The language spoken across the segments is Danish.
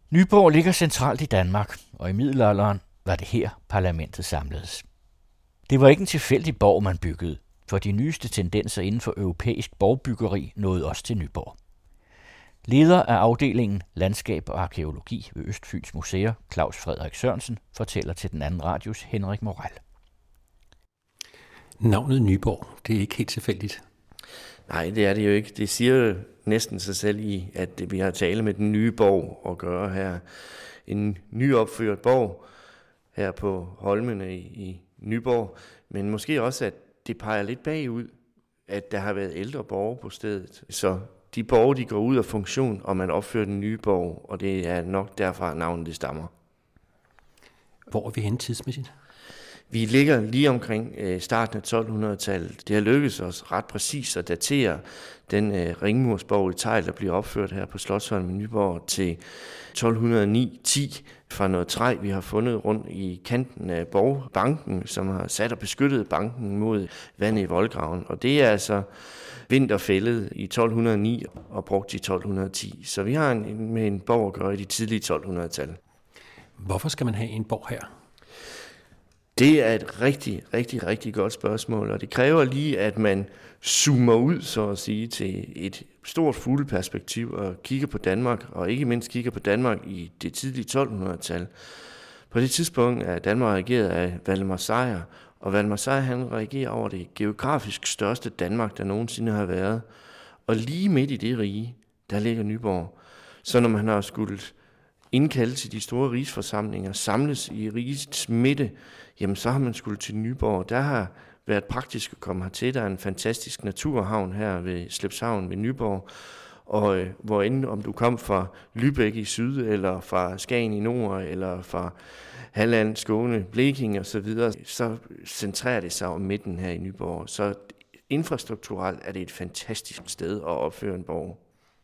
Nyborg ligger centralt i Danmark, og i middelalderen var det her, parlamentet samledes. Det var ikke en tilfældig borg, man byggede, for de nyeste tendenser inden for europæisk borgbyggeri nåede også til Nyborg. Leder af afdelingen Landskab og Arkæologi ved Østfyns Museer, Claus Frederik Sørensen, fortæller til den anden radios Henrik Moral. Navnet Nyborg, det er ikke helt tilfældigt. Nej, det er det jo ikke. Det siger jo næsten sig selv i, at vi har tale med den nye borg at gøre her. En nyopført borg her på Holmene i Nyborg, men måske også, at det peger lidt bagud, at der har været ældre borgere på stedet. Så de borgere, de går ud af funktion, og man opfører den nye borg, og det er nok derfra navnet det stammer. Hvor er vi henne tidsmæssigt? Vi ligger lige omkring starten af 1200-tallet. Det har lykkedes os ret præcis at datere den ringmursborg i tegl, der bliver opført her på Slotsholmen i Nyborg til 1209-10 fra noget træ, vi har fundet rundt i kanten af borgbanken, som har sat og beskyttet banken mod vandet i voldgraven. Og det er altså vinterfældet i 1209 og brugt i 1210. Så vi har med en borg at gøre i de tidlige 1200-tal. Hvorfor skal man have en borg her? Det er et rigtig godt spørgsmål, og det kræver lige, at man zoomer ud, så at sige, til et stort fugleperspektiv og kigger på Danmark, og ikke mindst kigger på Danmark i det tidlige 1200-tal. På det tidspunkt er Danmark regeret af Valdemar Sejr, og Valdemar Sejr han regerer over det geografisk største Danmark, der nogensinde har været. Og lige midt i det rige, der ligger Nyborg. Så når man har skulle indkalde til de store rigsforsamlinger, samles i rigets midte, jamen så har man skulle til Nyborg. Der har været praktisk at komme hertil. Der er en fantastisk naturhavn her ved Slepshavn ved Nyborg, og hvor end om du kom fra Lübeck i syd, eller fra Skagen i nord, eller fra Halland, Skåne, Blekinge osv., så centrerer det sig om midten her i Nyborg. Så infrastrukturelt er det et fantastisk sted at opføre en borg.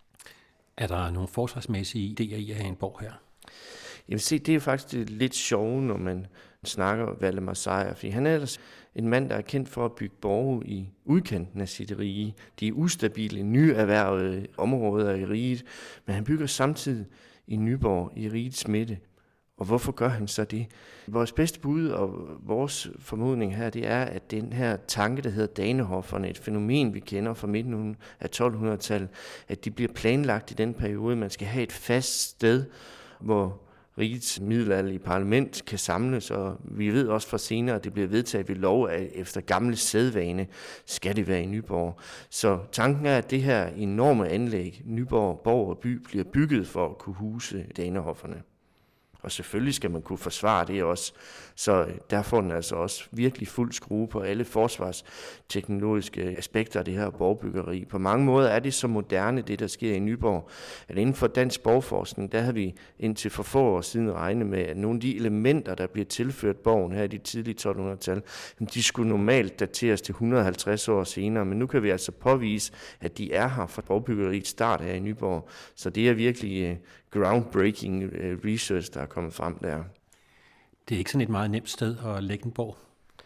Er der nogle forsvarsmæssige idéer i at have en borg her? Jamen se, det er faktisk lidt sjovt, når man snakker Valdemar Sejr, for han er ellers en mand, der er kendt for at bygge borge i udkanten af sit rige. De er ustabile, nyerhvervede områder i riget, men han bygger samtidig i Nyborg i rigets midte. Og hvorfor gør han så det? Vores bedste bud og vores formodning her, det er, at den her tanke, der hedder Danehofferne, et fænomen, vi kender fra midten af 1200-tallet, at de bliver planlagt i den periode, man skal have et fast sted, hvor rigets middelalderlige parlament kan samles, og vi ved også fra senere, at det bliver vedtaget ved lov, at efter gamle sædvane skal det være i Nyborg. Så tanken er, at det her enorme anlæg, Nyborg Borg og By, bliver bygget for at kunne huse Danehofferne. Og selvfølgelig skal man kunne forsvare det også. Så der får den altså også virkelig fuld skrue på alle forsvarsteknologiske aspekter af det her borgbyggeri. På mange måder er det så moderne, det der sker i Nyborg, at inden for dansk borgforskning, der har vi indtil for få år siden regnet med, at nogle af de elementer, der bliver tilført borgen her i de tidlige 1200-tal, de skulle normalt dateres til 150 år senere, men nu kan vi altså påvise, at de er her fra borgbyggeriets start her i Nyborg. Så det er virkelig groundbreaking research, der er kommet frem der. Det er ikke sådan et meget nemt sted at lægge en borg?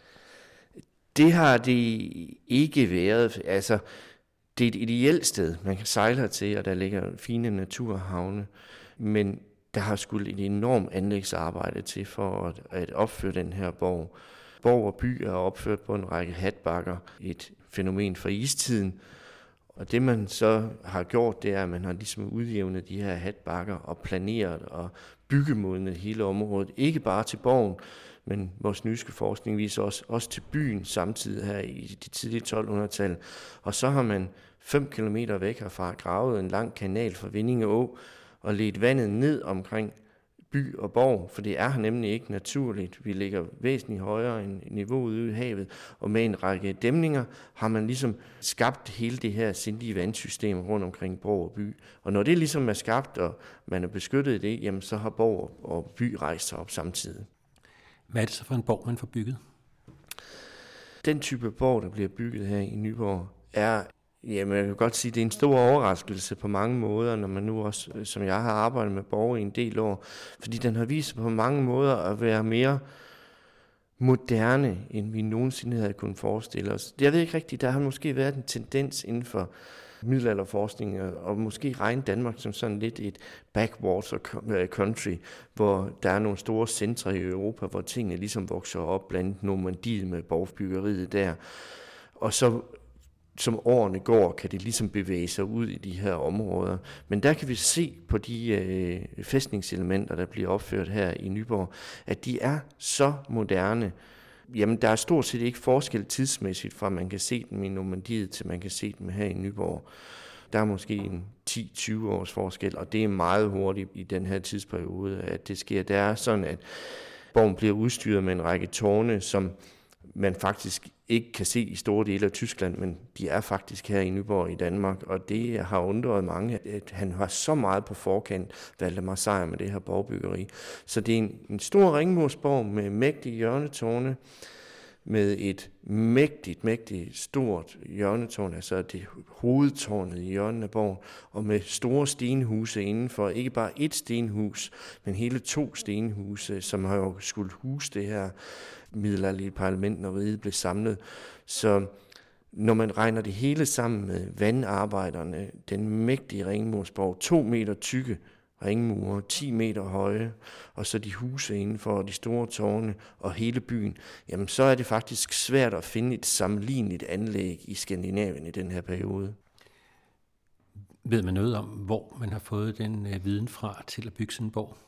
Det har det ikke været. Altså, det er et ideelt sted, man kan sejle hertil, og der ligger fine naturhavne, men der har skulle et enormt anlægsarbejde til for at opføre den her borg. Borg og by er opført på en række hatbakker, et fænomen fra istiden. Og det man så har gjort, det er, at man har ligesom udjævnet de her hatbakker og planeret og byggemodnet hele området. Ikke bare til borgen, men vores nyske forskning viser også til byen samtidig her i de tidlige 1200-tal. Og så har man 5 kilometer væk herfra gravet en lang kanal fra Vindinge Å og ledt vandet ned omkring by og borg, for det er her nemlig ikke naturligt. Vi ligger væsentligt højere end niveauet ude i havet, og med en række dæmninger har man ligesom skabt hele det her sindige vandsystem rundt omkring borg og by. Og når det ligesom er skabt, og man er beskyttet i det, jamen så har borg og by rejst sig op samtidig. Hvad er det så for en borg, man får bygget? Den type borg, der bliver bygget her i Nyborg, er, jamen jeg kan godt sige, det er en stor overraskelse på mange måder, når man nu også, som jeg har arbejdet med borgere i en del år, fordi den har vist sig på mange måder at være mere moderne, end vi nogensinde havde kunnet forestille os. Jeg ved ikke rigtigt, der har måske været en tendens inden for middelalderforskning, og måske regne Danmark som sådan lidt et backwater country, hvor der er nogle store centre i Europa, hvor tingene ligesom vokser op, blandt andet Normandiet med borgbyggeriet der. Og så som årene går, kan det ligesom bevæge sig ud i de her områder. Men der kan vi se på de fæstningselementer, der bliver opført her i Nyborg, at de er så moderne. Jamen, der er stort set ikke forskel tidsmæssigt, fra man kan se dem i Normandiet, til man kan se dem her i Nyborg. Der er måske en 10-20 års forskel, og det er meget hurtigt i den her tidsperiode, at det sker. Det er sådan, at borgen bliver udstyret med en række tårne, som man faktisk ikke kan se i store dele af Tyskland, men de er faktisk her i Nyborg i Danmark, og det har undret mange, at han har så meget på forkant, Valdemar Sejr, med det her borgbyggeri. Så det er en stor ringmursborg med mægtige hjørnetårne, med et mægtigt stort hjørnetårn, altså det hovedtårnet i hjørnet af borgen, og med store stenhuse indenfor, ikke bare et stenhus, men hele 2 stenhuse, som har jo skulle huse det her middelalderlige parlament, når riget blev samlet. Så når man regner det hele sammen med vandarbejderne, den mægtige ringmursborg, 2 meter tykke ringmure, 10 meter høje, og så de huse indenfor, de store tårne og hele byen, jamen så er det faktisk svært at finde et sammenligneligt anlæg i Skandinavien i den her periode. Ved man noget om, hvor man har fået den viden fra til at bygge sådan en borg?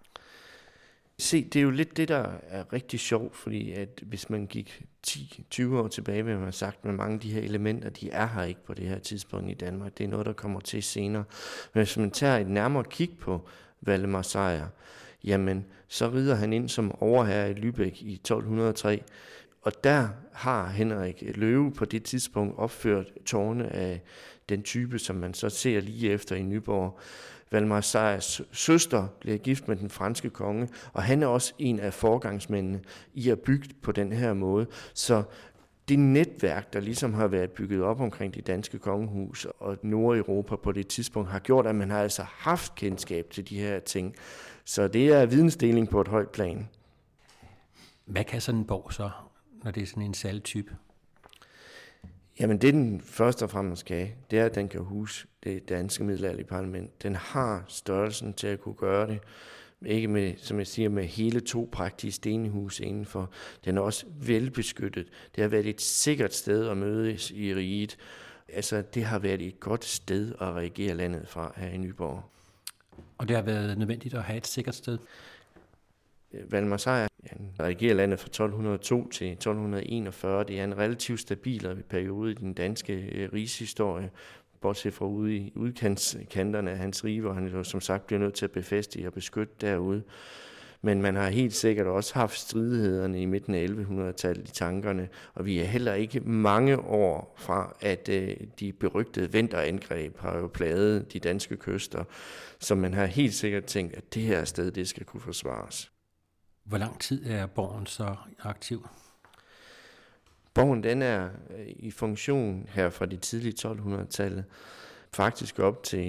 Se, det er jo lidt det, der er rigtig sjovt, fordi at hvis man gik 10-20 år tilbage, vil man have sagt, at mange af de her elementer, de er her ikke på det her tidspunkt i Danmark. Det er noget, der kommer til senere. Men hvis man tager et nærmere kig på Valdemar Sejr, jamen, så rider han ind som overherre i Lübeck i 1203, og der har Henrik Løve på det tidspunkt opført tårne af den type, som man så ser lige efter i Nyborg. Valdemar Sejrs søster bliver gift med den franske konge, og han er også en af forgangsmændene i at bygge på den her måde. Så det netværk, der ligesom har været bygget op omkring det danske kongehus og Nordeuropa på det tidspunkt, har gjort, at man har altså haft kendskab til de her ting. Så det er vidensdeling på et højt plan. Hvad kan sådan en borg så, når det er sådan en særlig type? Jamen det den først og fremmest skal, det er, at den kan huse det danske middelalderlige parlament. Den har størrelsen til at kunne gøre det. Ikke med, som jeg siger, med hele 2 prægtige stenhuse indenfor. Den er også velbeskyttet. Det har været et sikkert sted at mødes i riget. Altså det har været et godt sted at regere landet fra her i Nyborg. Og det har været nødvendigt at have et sikkert sted? Valdemar Sejr regerer landet fra 1202 til 1241. Det er en relativt stabil periode i den danske rigshistorie, bortset fra ude i udkanterne af hans rige, hvor han jo som sagt bliver nødt til at befæste og beskytte derude. Men man har helt sikkert også haft stridighederne i midten af 1100-tallet i tankerne, og vi er heller ikke mange år fra, at de berygtede vinterangreb har jo plaget de danske kyster, så man har helt sikkert tænkt, at det her sted, det skal kunne forsvares. Hvor lang tid er borgen så aktiv? Borgen den er i funktion her fra det tidlige 1200-tallet, faktisk op til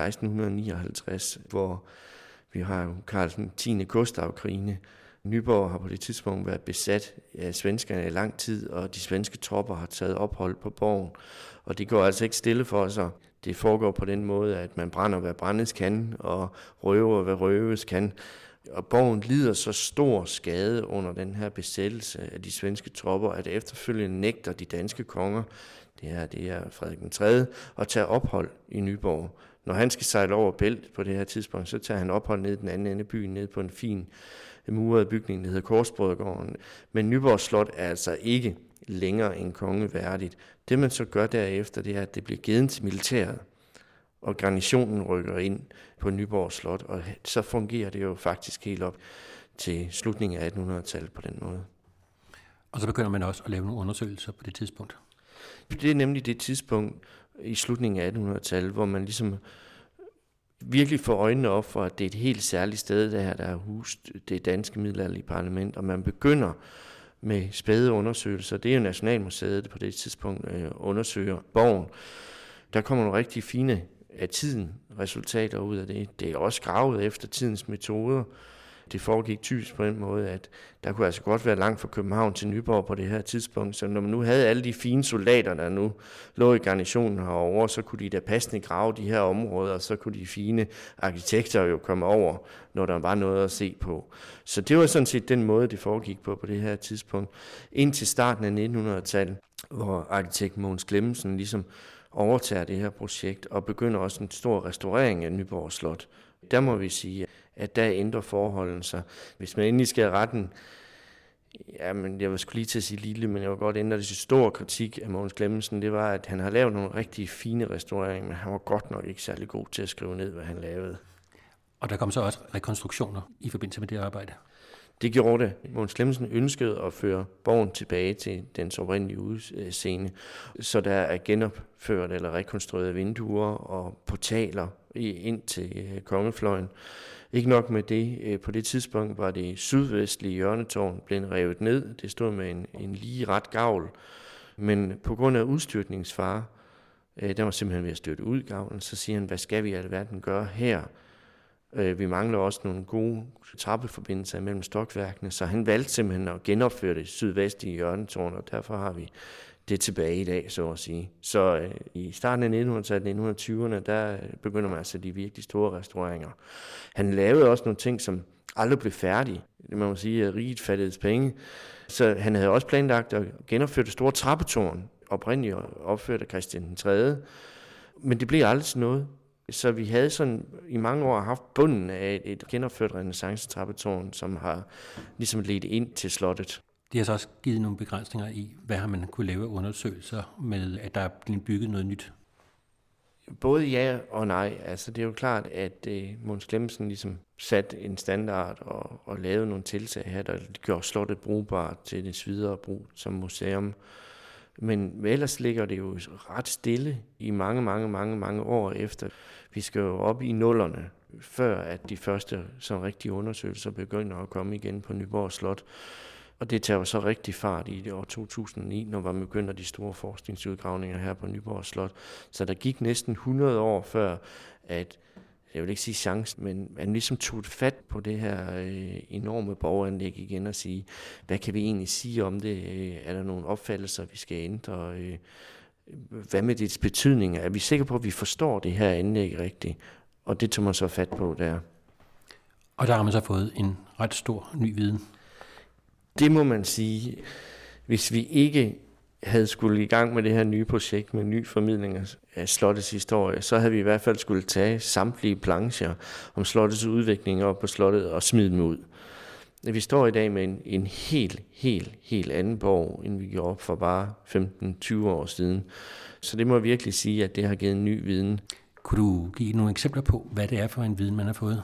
1659, hvor vi har Karl 10. Gustav-krigene. Nyborg har på det tidspunkt været besat af svenskerne i lang tid, og de svenske tropper har taget ophold på borgen. Og det går altså ikke stille for sig. Det foregår på den måde, at man brænder, hvad brændes kan, og røver, hvad røves kan. Og borgen lider så stor skade under den her besættelse af de svenske tropper, at efterfølgende nægter de danske konger, det er Frederik den 3., at tage ophold i Nyborg. Når han skal sejle over Bælt på det her tidspunkt, så tager han ophold ned i den anden ende af byen, ned på en fin muret bygning, der hedder Korsbrødregården. Men Nyborg Slot er altså ikke længere end kongeværdigt. Det man så gør derefter, det er, at det bliver givet til militæret, og garnisonen rykker ind på Nyborg Slot, og så fungerer det jo faktisk helt op til slutningen af 1800-tallet på den måde. Og så begynder man også at lave nogle undersøgelser på det tidspunkt? Det er nemlig det tidspunkt i slutningen af 1800-tallet, hvor man ligesom virkelig får øjnene op for, at det er et helt særligt sted, der er hust det danske middelalderlige parlament, og man begynder med spæde undersøgelser. Det er jo Nationalmuseet, der på det tidspunkt undersøger borgen. Der kommer nogle rigtig fine af tiden resultater ud af det. Det er også gravet efter tidens metoder. Det foregik typisk på den måde, at der kunne altså godt være langt fra København til Nyborg på det her tidspunkt. Så når man nu havde alle de fine soldater, der nu lå i garnisonen herovre, så kunne de da passende grave de her områder, og så kunne de fine arkitekter jo komme over, når der var noget at se på. Så det var sådan set den måde, det foregik på det her tidspunkt. Indtil starten af 1900-tallet, hvor arkitekt Mogens Clemmensen ligesom overtager det her projekt og begynder også en stor restaurering af Nyborg Slot. Der må vi sige, at der ændrer forholdene sig. Hvis man endelig skal retten, men jeg var sgu lige til at sige lille, men jeg var godt ændre det til stor kritik af Mogens Clemmensen, det var, at han har lavet nogle rigtig fine restaureringer, men han var godt nok ikke særlig god til at skrive ned, hvad han lavede. Og der kom så også rekonstruktioner i forbindelse med det arbejde. Det gjorde det. Mogens Clemmensen ønskede at føre borgen tilbage til dens oprindelige udseende, så der er genopført eller rekonstrueret vinduer og portaler ind til kongefløjen. Ikke nok med det, på det tidspunkt var det sydvestlige hjørnetårn blevet revet ned. Det stod med en lige ret gavl, men på grund af udstyrtningsfare, der var simpelthen ved at styrte ud gavlen, så siger han, hvad skal vi i alverden gøre her? Vi mangler også nogle gode trappeforbindelser mellem stokværkene, så han valgte simpelthen at genopføre det sydvestlige hjørnetårn, og derfor har vi det tilbage i dag, så at sige. Så i starten af 1900-tallet, 1920'erne, der begynder man altså de virkelig store restaureringer. Han lavede også nogle ting, som aldrig blev færdige. Det må man sige, at riget fattedes penge. Så han havde også planlagt at genopføre det store trappetårn, oprindeligt opført af Christian 3. Men det blev aldrig sådan noget. Så vi havde sådan i mange år haft bunden af et genopført renæssance-trappetårn, som har ligesom ledt ind til slottet. Det har så også givet nogle begrænsninger i, hvad har man kunne lave undersøgelser med, at der er blevet bygget noget nyt? Både ja og nej. Altså det er jo klart, at Mogens Clemmensen ligesom satte en standard og lavede nogle tiltag her, der gjorde slottet brugbart til dets videre brug som museum. Men ellers ligger det jo ret stille i mange år efter. Vi skal jo op i nullerne, før at de første sådan rigtige undersøgelser begynder at komme igen på Nyborg Slot. Og det tager jo så rigtig fart i det år 2009, når man begynder de store forskningsudgravninger her på Nyborg Slot. Så der gik næsten 100 år før, at jeg vil ikke sige chance, men man ligesom tog fat på det her enorme borgeranlæg igen og sige, hvad kan vi egentlig sige om det? Er der nogle opfattelser, vi skal ændre? Hvad med dets betydning? Er vi sikre på, at vi forstår det her anlæg rigtigt? Og det tog man så fat på der. Og der har man så fået en ret stor ny viden. Det må man sige. Hvis vi ikke havde skulle i gang med det her nye projekt med ny formidling af slottets historie, så havde vi i hvert fald skulle tage samtlige plancher om slottets udvikling op på slottet og smide dem ud. Vi står i dag med en helt anden borg, end vi gjorde op for bare 15-20 år siden. Så det må jeg virkelig sige, at det har givet en ny viden. Kunne du give nogle eksempler på, hvad det er for en viden, man har fået?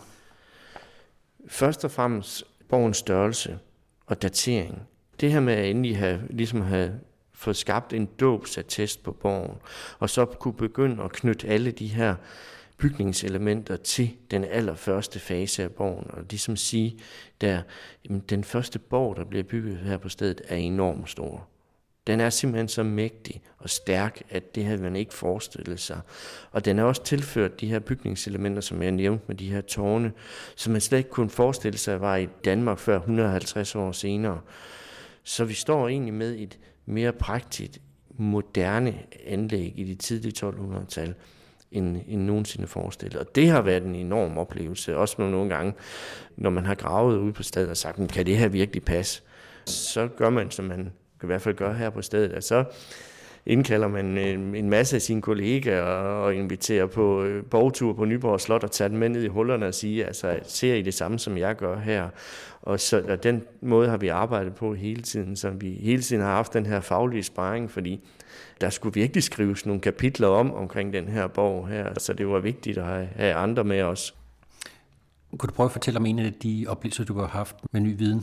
Først og fremmest borgens størrelse og datering. Det her med at endelig have fået skabt en dåbsattest på borgen, og så kunne begynde at knytte alle de her bygningselementer til den allerførste fase af borgen, og ligesom sige, at den første borg, der bliver bygget her på stedet, er enormt stor. Den er simpelthen så mægtig og stærk, at det havde man ikke forestillet sig. Og den er også tilført de her bygningselementer, som jeg nævnte med de her tårne, som man slet ikke kunne forestille sig var i Danmark før 150 år senere. Så vi står egentlig med et mere prægtigt, moderne anlæg i det tidlige 1200-tal, end nogensinde forestillet. Og det har været en enorm oplevelse, også nogle gange, når man har gravet ude på stedet og sagt, kan det her virkelig passe? Så gør man, som man kan i hvert fald gøre her på stedet, og så indkalder man en masse af sine kollegaer og inviterer på borgtur på Nyborg Slot og tager dem med ned i hullerne og siger, altså ser I det samme, som jeg gør her? Og den måde har vi arbejdet på hele tiden, så vi hele tiden har haft den her faglige sparring, fordi der skulle virkelig skrives nogle kapitler omkring den her borg her, så det var vigtigt at have andre med os. Kunne du prøve at fortælle om en af de oplevelser, du har haft med ny viden?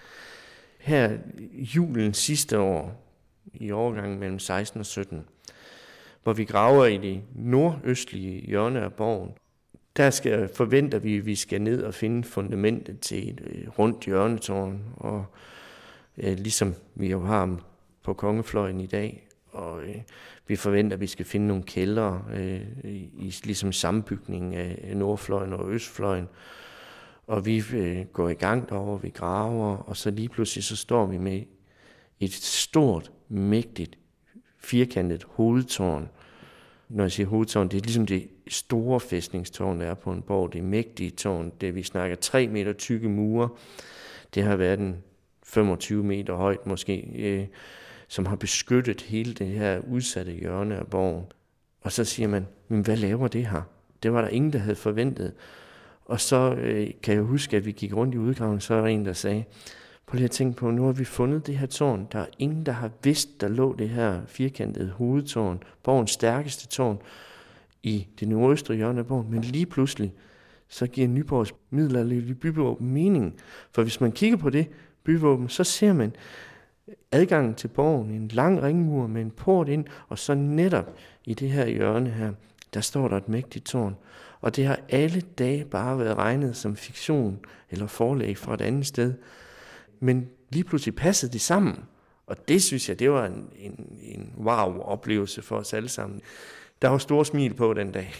Her julen sidste år, i overgangen mellem 16 og 17, hvor vi graver i det nordøstlige hjørne af borgen. Der forventer vi, at vi skal ned og finde fundamentet til et rundt hjørnetårn, og ligesom vi jo har på kongefløjen i dag. Og vi forventer, at vi skal finde nogle kældre i ligesom sammenbygningen af nordfløjen og østfløjen. Og vi går i gang derovre, vi graver, og så lige pludselig så står vi med et stort, mægtigt, firkantet hovedtårn. Når jeg siger hovedtårn, det er ligesom det store fæstningstårn, der er på en borg. Det mægtige tårn, det vi snakker 3 meter tykke mure. Det har været en 25 meter højt måske, som har beskyttet hele det her udsatte hjørne af borgen. Og så siger man, men hvad laver det her? Det var der ingen, der havde forventet. Og så kan jeg huske, at vi gik rundt i udgravningen, så var der en, der sagde, prøv lige at tænke på, nu har vi fundet det her tårn. Der er ingen, der har vidst, der lå det her firkantede hovedtårn, borgens stærkeste tårn, i det nordøstre hjørne af borgen. Men lige pludselig, så giver Nyborgs middelalderlige byvåben mening. For hvis man kigger på det byvåben, så ser man adgangen til borgen, en lang ringmur med en port ind, og så netop i det her hjørne her, der står der et mægtigt tårn. Og det har alle dage bare været regnet som fiktion eller forlæg fra et andet sted. Men lige pludselig passede det sammen. Og det synes jeg, det var en wow-oplevelse for os alle sammen. Der var store smil på den dag.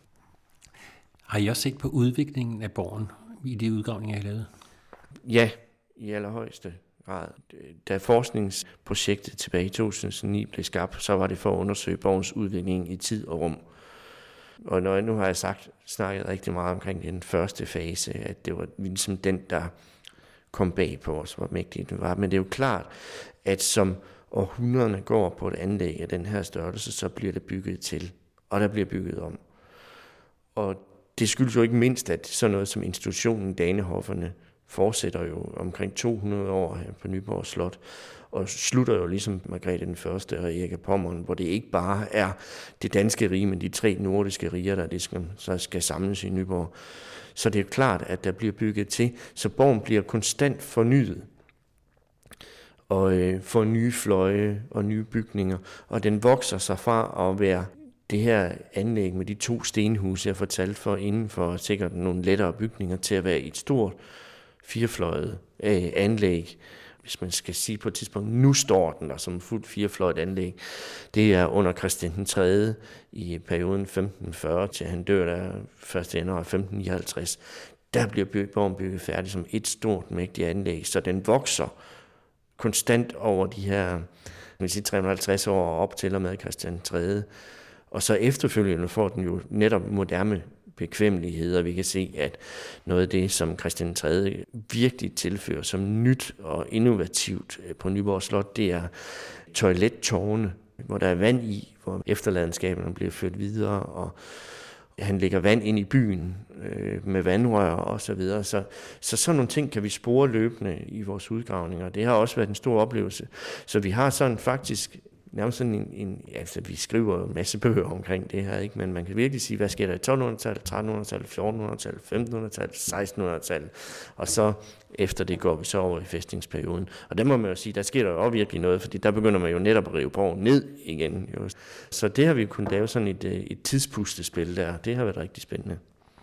Har I også set på udviklingen af borgen i de udgravninger, I lavede? Ja, i allerhøjeste grad. Da forskningsprojektet tilbage i 2009 blev skabt, så var det for at undersøge borgens udvikling i tid og rum. Og nu har jeg snakket rigtig meget omkring den første fase, at det var ligesom den, der kom bag på os, hvor mægtigt det var. Men det er jo klart, at som århundrederne går på et anlæg af den her størrelse, så bliver det bygget til, og der bliver bygget om. Og det skyldes jo ikke mindst, at sådan noget som institutionen Danehofferne fortsætter jo omkring 200 år her på Nyborg Slot, og slutter jo ligesom Margrethe den Første og Erik af Pommern, hvor det ikke bare er det danske rige, men de 3 nordiske riger, der skal samles i Nyborg. Så det er klart, at der bliver bygget til, så borgen bliver konstant fornyet og får nye fløje og nye bygninger, og den vokser sig fra at være det her anlæg med de 2 stenhuse, jeg fortalte for inden for sikkert nogle lettere bygninger, til at være et stort 4-fløjet anlæg. Hvis man skal sige på et tidspunkt, nu står den der som fuldt 4-fløjet anlæg. Det er under Christian den 3. i perioden 1540 til han dør der 1. januar 1559. Der bliver borgen bygget færdig som et stort, mægtigt anlæg, så den vokser konstant over de her 350 år op til og med Christian 3. Og så efterfølgende får den jo netop moderne bekvemmeligheder. Vi kan se, at noget af det, som Christian 3. virkelig tilfører som nyt og innovativt på Nyborg Slot, det er toilettårne, hvor der er vand i, hvor efterladenskaberne bliver ført videre, og han lægger vand ind i byen med vandrør og så videre. Så sådan nogle ting kan vi spore løbende i vores udgravninger. Det har også været en stor oplevelse. Så vi har sådan faktisk nærmest sådan altså vi skriver jo en masse bøger omkring det her, ikke? Men man kan virkelig sige, hvad sker der i 1200-tallet, 1300-tallet, 1400-tallet, 1500-tallet, 1600-tallet, og så efter det går vi så over i fæstningsperioden. Og der må man jo sige, der sker der jo virkelig noget, fordi der begynder man jo netop at rive borgen ned igen. Jo. Så det har vi kunnet lave sådan et tidspustespil der, det har været rigtig spændende.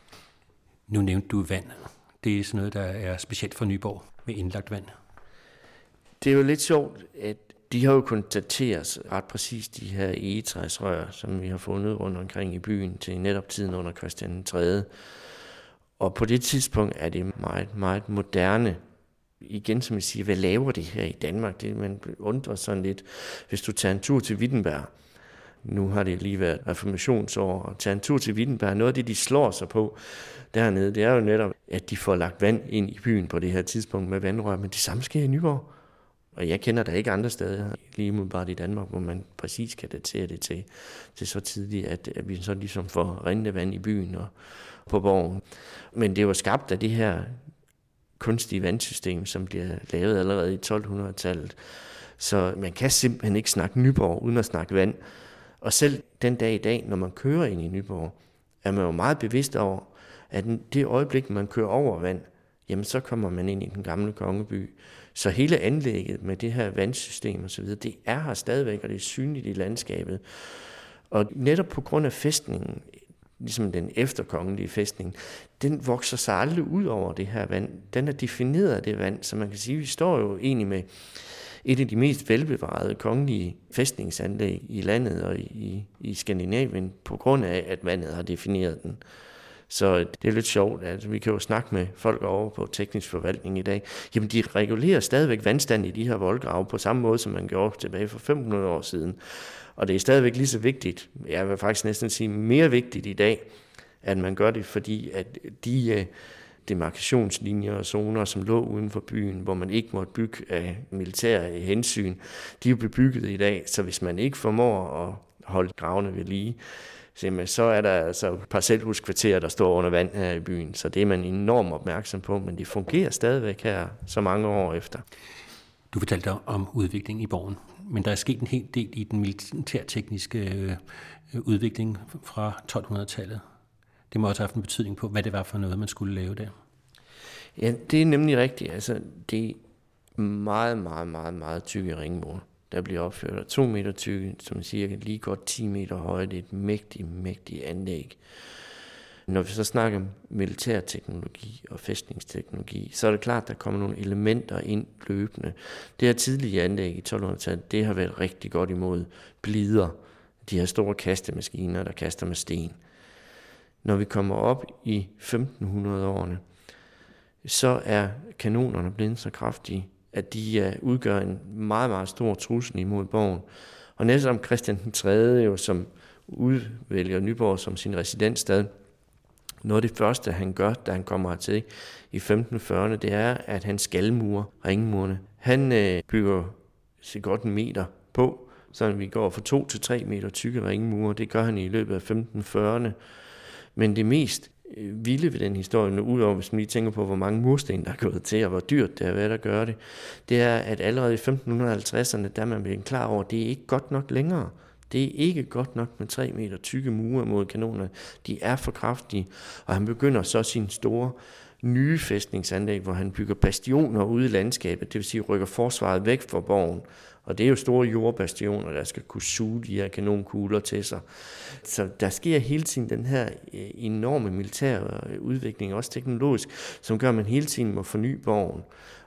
Nu nævnte du vand. Det er sådan noget, der er specielt for Nyborg med indlagt vand. Det er jo lidt sjovt, at de har jo kunnet dateres ret præcis, de her egetræsrør, som vi har fundet rundt omkring i byen til netop tiden under Christian 3. Og på det tidspunkt er det meget, meget moderne. Igen, som jeg siger, hvad laver det her i Danmark? Det man undrer sådan lidt. Hvis du tager en tur til Wittenberg, nu har det lige været reformationsår, og tager en tur til Wittenberg, noget af det, de slår sig på dernede, det er jo netop, at de får lagt vand ind i byen på det her tidspunkt med vandrør, men det samme sker i Nyborg. Og jeg kender der ikke andre steder, lige umiddelbart i Danmark, hvor man præcis kan datere det til så tidligt, at vi så ligesom får rindende vand i byen og på borgen. Men det var skabt af det her kunstige vandsystem, som bliver lavet allerede i 1200-tallet. Så man kan simpelthen ikke snakke Nyborg uden at snakke vand. Og selv den dag i dag, når man kører ind i Nyborg, er man jo meget bevidst over, at det øjeblik, man kører over vand, jamen så kommer man ind i den gamle kongeby. Så hele anlægget med det her vandsystem og så videre, det er her stadigvæk, og det er synligt i landskabet. Og netop på grund af fæstningen, ligesom den efterkongelige fæstning, den vokser sig aldrig ud over det her vand. Den er defineret af det vand, så man kan sige, at vi står jo egentlig med et af de mest velbevarede kongelige fæstningsanlæg i landet og i Skandinavien, på grund af, at vandet har defineret den. Så det er lidt sjovt, at vi kan jo snakke med folk over på teknisk forvaltning i dag. Jamen, de regulerer stadigvæk vandstanden i de her voldgrave på samme måde, som man gjorde tilbage for 500 år siden. Og det er stadigvæk lige så vigtigt, jeg vil faktisk næsten sige mere vigtigt i dag, at man gør det, fordi at de demarkationslinjer og zoner, som lå uden for byen, hvor man ikke måtte bygge af militære hensyn, de er bebygget i dag, så hvis man ikke formår at holde gravene ved lige, så er der altså parcelhuskvarterer, der står under vand her i byen, så det er man enormt opmærksom på, men det fungerer stadigvæk her så mange år efter. Du fortalte om udviklingen i borgen, men der er sket en hel del i den militærtekniske udvikling fra 1200-tallet. Det må også have haft en betydning på, hvad det var for noget, man skulle lave der. Ja, det er nemlig rigtigt. Altså, det er meget, meget, meget, meget tykke ringmure, der bliver opført. 2 meter tykke, som cirka lige godt 10 meter høje. Det er et mægtigt anlæg. Når vi så snakker om militærteknologi og fæstningsteknologi, så er det klart, at der kommer nogle elementer ind løbende. Det her tidlige anlæg i 1200-tallet, det har været rigtig godt imod blider. De her store kastemaskiner, der kaster med sten. Når vi kommer op i 1500-årene, så er kanonerne blevet så kraftige, at de udgør en meget, meget stor trussel imod borgen. Og netop Christian den 3., jo, som udvælger Nyborg som sin residensstad, noget af det første, han gør, da han kommer hertil i 1540'erne, det er, at han skalmurer ringmurene. Han bygger så godt 1 meter på, så vi går fra 2 til 3 meter tykke ringmure. Det gør han i løbet af 1540'erne. Men det mest vilde ved den historie, udover hvis man lige tænker på, hvor mange mursten, der er gået til, og hvor dyrt det har været at gøre det, det er, at allerede i 1550'erne, der er man blevet klar over, at det er ikke godt nok længere. Det er ikke godt nok med 3 meter tykke mure mod kanonerne. De er for kraftige, og han begynder så sin store nye fæstningsanlæg, hvor han bygger bastioner ude i landskabet, det vil sige rykker forsvaret væk fra borgen. Og det er jo store jordbastioner, der skal kunne suge de her kanonkugler til sig. Så der sker hele tiden den her enorme militære udvikling, også teknologisk, som gør, at man hele tiden må forny borgen.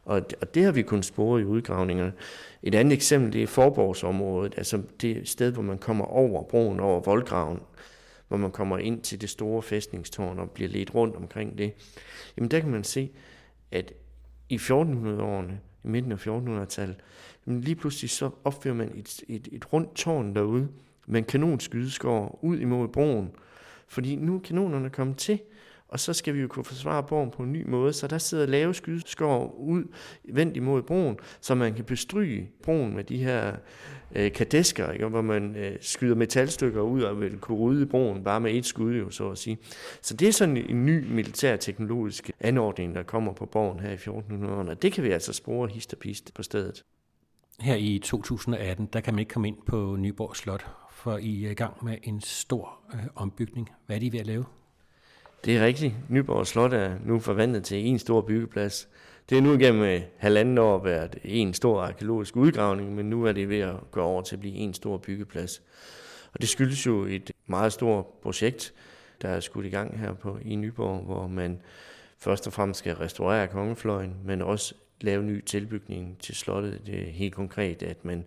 Og det har vi kunnet spore i udgravningerne. Et andet eksempel, det er Forborgsområdet, altså det sted, hvor man kommer over broen, over voldgraven, hvor man kommer ind til det store fæstningstårn og bliver ledt rundt omkring det. Jamen der kan man se, at i 1400-årene, i midten af 1400-tallet, lige pludselig så opfører man et rundt tårn derude med en kanonskydeskår ud imod broen, fordi nu er kanonerne kommet til, og så skal vi jo kunne forsvare borgen på en ny måde, så der sidder lave skydeskår ud vendt imod broen, så man kan bestryge broen med de her kadesker, ikke? Hvor man skyder metalstykker ud og vil kunne rydde broen bare med et skud, jo, så at sige. Så det er sådan en ny militærteknologisk anordning, der kommer på borgen her i 1400'erne. Det kan vi altså spore hist og pist på stedet. Her i 2018, der kan man ikke komme ind på Nyborg Slot, for I er i gang med en stor ombygning. Hvad er de ved at lave? Det er rigtigt. Nyborg Slot er nu forvandlet til en stor byggeplads. Det er nu igennem 1,5 år været en stor arkeologisk udgravning, men nu er det ved at gå over til at blive en stor byggeplads. Og det skyldes jo et meget stort projekt, der er skudt i gang her i Nyborg, hvor man først og fremmest skal restaurere kongefløjen, men også lave ny tilbygning til slottet. Det er helt konkret, at man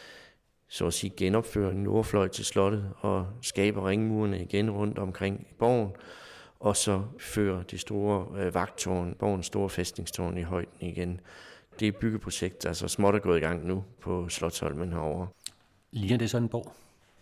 så at sige genopfører en nordfløj til slottet og skaber ringmurene igen rundt omkring borgen, og så fører det store vagttårn, borgens store fæstningstårn i højden igen. Det er et byggeprojekt, der så småt er gået i gang nu på Slotsholmen herovre. Ligner det sådan en borg?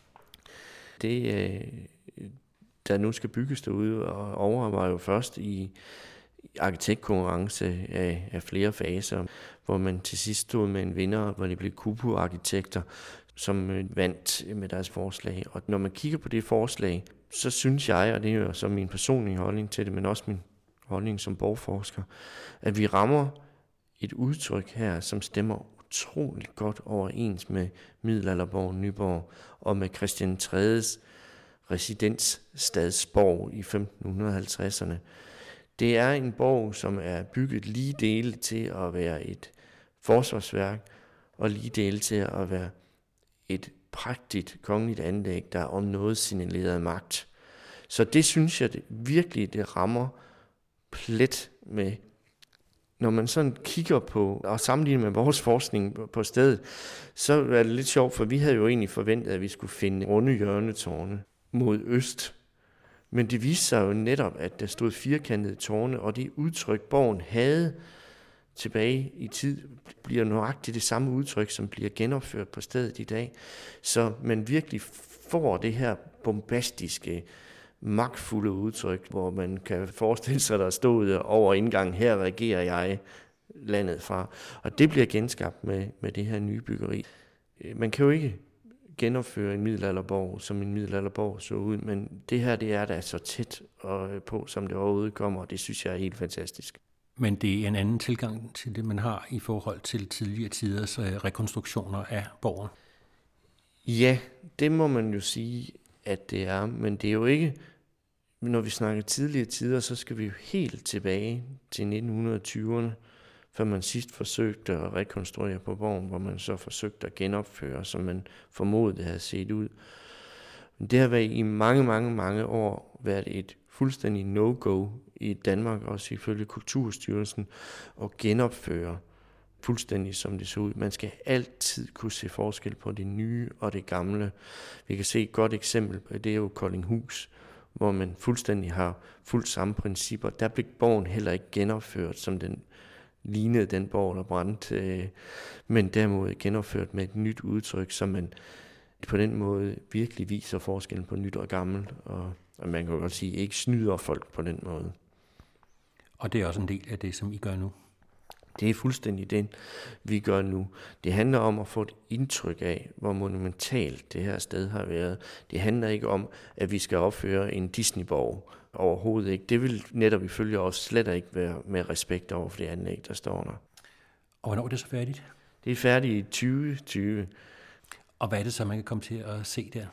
Det, der nu skal bygges derude, og var jo først i arkitektkonkurrence af flere faser, hvor man til sidst stod med en vinder, hvor det blev Kupu-arkitekter, som vandt med deres forslag. Og når man kigger på det forslag, så synes jeg, og det er jo så min personlige holdning til det, men også min holdning som borgforsker, at vi rammer et udtryk her, som stemmer utroligt godt overens med middelalderborgen Nyborg og med Christian 3's residensstadsborg i 1550'erne. Det er en borg, som er bygget lige dele til at være et forsvarsværk, og lige dele til at være et prægtigt kongeligt anlæg, der om noget signalerede magt. Så det synes jeg virkelig, det rammer plet med. Når man sådan kigger på og sammenligner med vores forskning på stedet, så er det lidt sjovt, for vi havde jo egentlig forventet, at vi skulle finde runde hjørnetårne mod øst. Men det viste sig jo netop, at der stod firkantede tårne, og det udtryk, borgen havde tilbage i tid, bliver nøjagtigt det samme udtryk, som bliver genopført på stedet i dag. Så man virkelig får det her bombastiske, magtfulde udtryk, hvor man kan forestille sig, der stod over indgangen, her regerer jeg landet fra. Og det bliver genskabt med det her nye byggeri. Man kan jo ikke genopføre en middelalderborg, som en middelalderborg så ud, men det her, det er da så tæt på, som det overhovedet kommer, og det synes jeg er helt fantastisk. Men det er en anden tilgang til det, man har i forhold til tidligere tiders rekonstruktioner af borgen. Ja, det må man jo sige, at det er, men det er jo ikke, når vi snakker tidligere tider, så skal vi jo helt tilbage til 1920'erne, før man sidst forsøgte at rekonstruere på borgen, hvor man så forsøgte at genopføre, som man formodede havde set ud. Det har været i mange år været et fuldstændig no-go i Danmark, også ifølge Kulturstyrelsen, at genopføre fuldstændig som det så ud. Man skal altid kunne se forskel på det nye og det gamle. Vi kan se et godt eksempel på det er jo Koldinghus, hvor man fuldstændig har fuldt samme principper. Der blev borgen heller ikke genopført, som den lignede den borg, der brændte, men derimod genopført med et nyt udtryk, som man på den måde virkelig viser forskellen på nyt og gammelt, og man kan godt sige, ikke snyder folk på den måde. Og det er også en del af det, som I gør nu? Det er fuldstændig det, vi gør nu. Det handler om at få et indtryk af, hvor monumentalt det her sted har været. Det handler ikke om, at vi skal opføre en Disneyborg. Overhovedet ikke. Det vil netop ifølge os slet ikke være med respekt over for det anlæg, der står der. Og hvornår er det så færdigt? Det er færdigt i 2020. Og hvad er det så, man kan komme til at se der?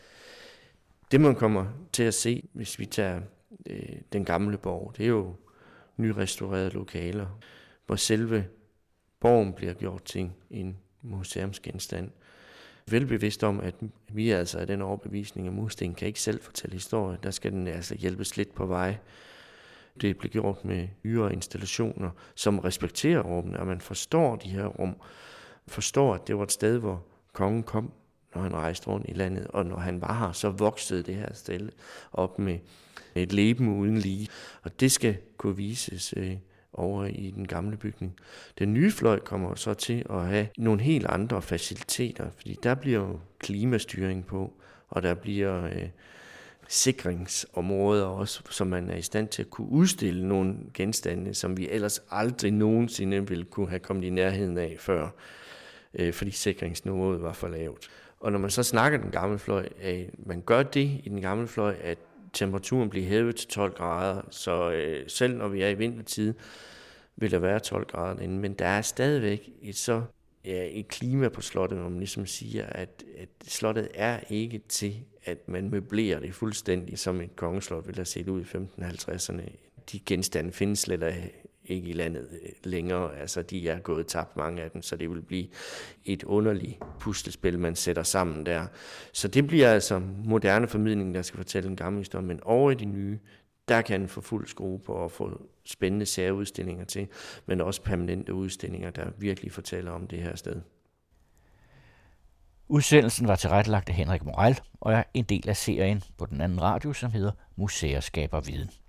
Det, man kommer til at se, hvis vi tager den gamle borg, det er jo nyrestaurerede lokaler, hvor selve borgen bliver gjort til en museumsgenstand. Velbevidst om, at vi altså er den overbevisning, at mursten kan ikke selv fortælle historie. Der skal den altså hjælpes lidt på vej. Det bliver gjort med nyere installationer, som respekterer rummene, og man forstår de her rum. Forstår, at det var et sted, hvor kongen kom, når han rejste rundt i landet, og når han var her, så voksede det her sted op med et leben uden lige. Og det skal kunne vises over i den gamle bygning. Den nye fløj kommer så til at have nogle helt andre faciliteter, fordi der bliver jo klimastyring på, og der bliver sikringsområder også, som man er i stand til at kunne udstille nogle genstande, som vi ellers aldrig nogensinde ville kunne have kommet i nærheden af før, fordi sikringsniveauet var for lavt. Og når man så snakker den gamle fløj, man gør det i den gamle fløj, at temperaturen bliver hævet til 12 grader, så selv når vi er i vintertid, vil der være 12 grader inde, men der er stadigvæk et klima på slottet, hvor man ligesom siger, at slottet er ikke til, at man møblerer det fuldstændig, som et kongeslot ville have set ud i 1550'erne. De genstande findes slet ikke i landet længere, altså de er gået tabt, mange af dem, så det vil blive et underligt puslespil, man sætter sammen der. Så det bliver altså moderne formidling, der skal fortælle en gammel historie, men over i de nye, der kan man få fuld skrue på at få spændende særudstillinger til, men også permanente udstillinger, der virkelig fortæller om det her sted. Udsendelsen var tilrettelagt af Henrik Morel og er en del af serien på den anden radio, som hedder Museer skaber viden.